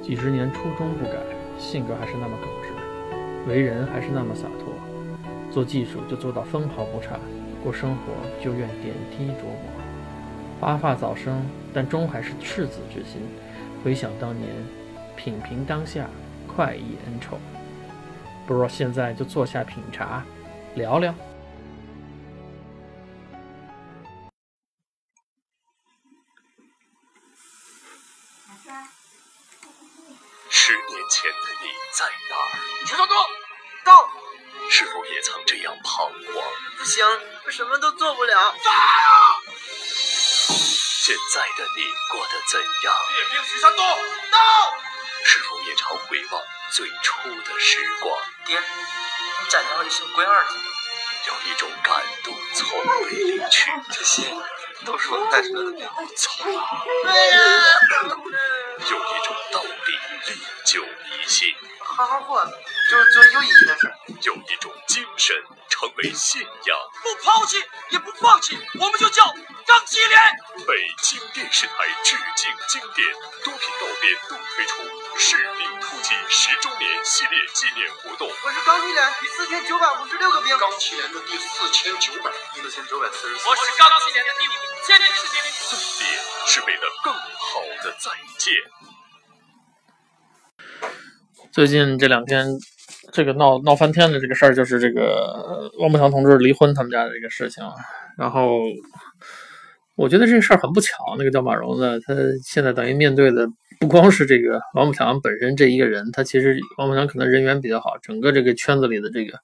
几十年初衷不改，性格还是那么耿直，为人还是那么洒脱，做技术就做到分毫不差，过生活就愿点滴琢磨。发发早生，但终还是赤子之心。回想当年，品评当下，快意恩仇。不如现在就坐下品茶，聊聊。 10年前的你在哪儿？ 全上到！ 是否也曾这样彷徨？ 不行，我什么都做不了。 现在的你过得怎样？ 阅兵13度到！ 是否也常回望最初的时光？ 爹，你斩掉了一声龟儿子， 有一种感动从未离去。 这些都是我带出来的病。 从有一种道理历久弥新。 好好过，就是做有意义的事。 有一种精神成为信仰。 不抛弃也不放弃，我们就叫钢七连。 北京电视台致敬经典，多频道联动推出士兵突击10周年系列纪念活动。 我是钢七连第4956个兵。 钢七连的第4944。 我是钢七连的第5000士兵。 送别是为了更好的再见。 最近这2天，这个闹翻天的这个事儿，就是这个王宝强同志离婚他们家的这个事情。然后我觉得这事儿很不巧，那个叫马蓉的，他现在等于面对的不光是这个王宝强本身这一个人，他其实王宝强可能人缘比较好，整个这个圈子里的这个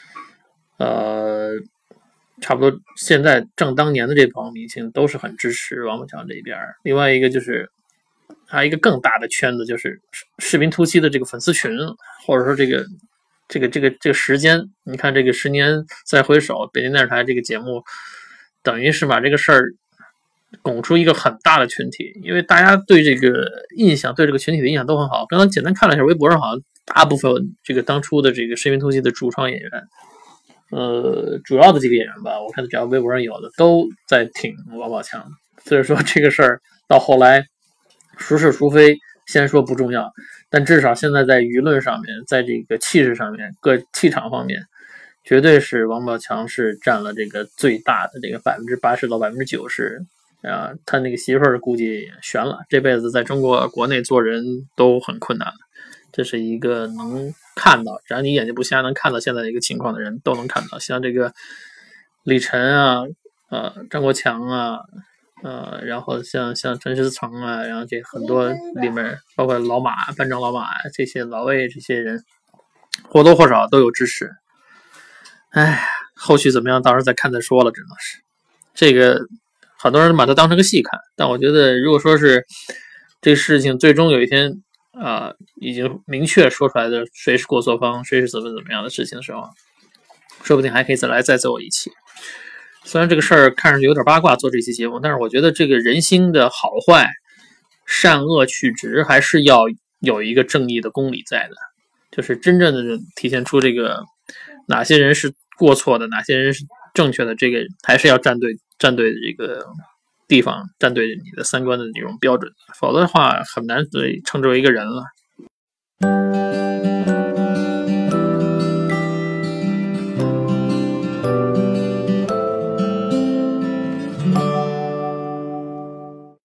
差不多现在正当年的这帮明星都是很支持王宝强这一边。另外一个就是还有一个更大的圈子，就是士兵突击的这个粉丝群，或者说这个时间，你看这个10年再回首，北京电视台这个节目，等于是把这个事儿拱出一个很大的群体，因为大家对这个印象，对这个群体的印象都很好。刚刚简单看了一下微博上，好像大部分这个当初的这个士兵突击的主创演员，主要的几个演员吧，我看只要微博上有的都在挺王宝强。所以说这个事儿到后来孰是孰非，先说不重要，但至少现在在舆论上面，在这个气势上面，各气场方面，绝对是王宝强是占了这个最大的这个80%到90%啊。他那个媳妇儿估计悬了，这辈子在中国国内做人都很困难。这是一个能看到，只要你眼睛不瞎，能看到现在的一个情况的人都能看到。像这个李晨啊，张国强啊。然后像陈思诚啊，然后这很多里面包括老马、班长老马这些老魏这些人，或多或少都有支持。后续怎么样，到时候再看再说了，只能是这个很多人把它当成个戏看，但我觉得如果说是这个事情最终有一天已经明确说出来的谁是过错方，谁是怎么样的事情的时候，说不定还可以再做一期。虽然这个事儿看上去有点八卦做这期节目，但是我觉得这个人心的好坏、善恶曲直还是要有一个正义的公理在的，就是真正的体现出这个哪些人是过错的，哪些人是正确的，这个还是要站对这个地方，站对你的三观的这种标准，否则的话很难称之为一个人了。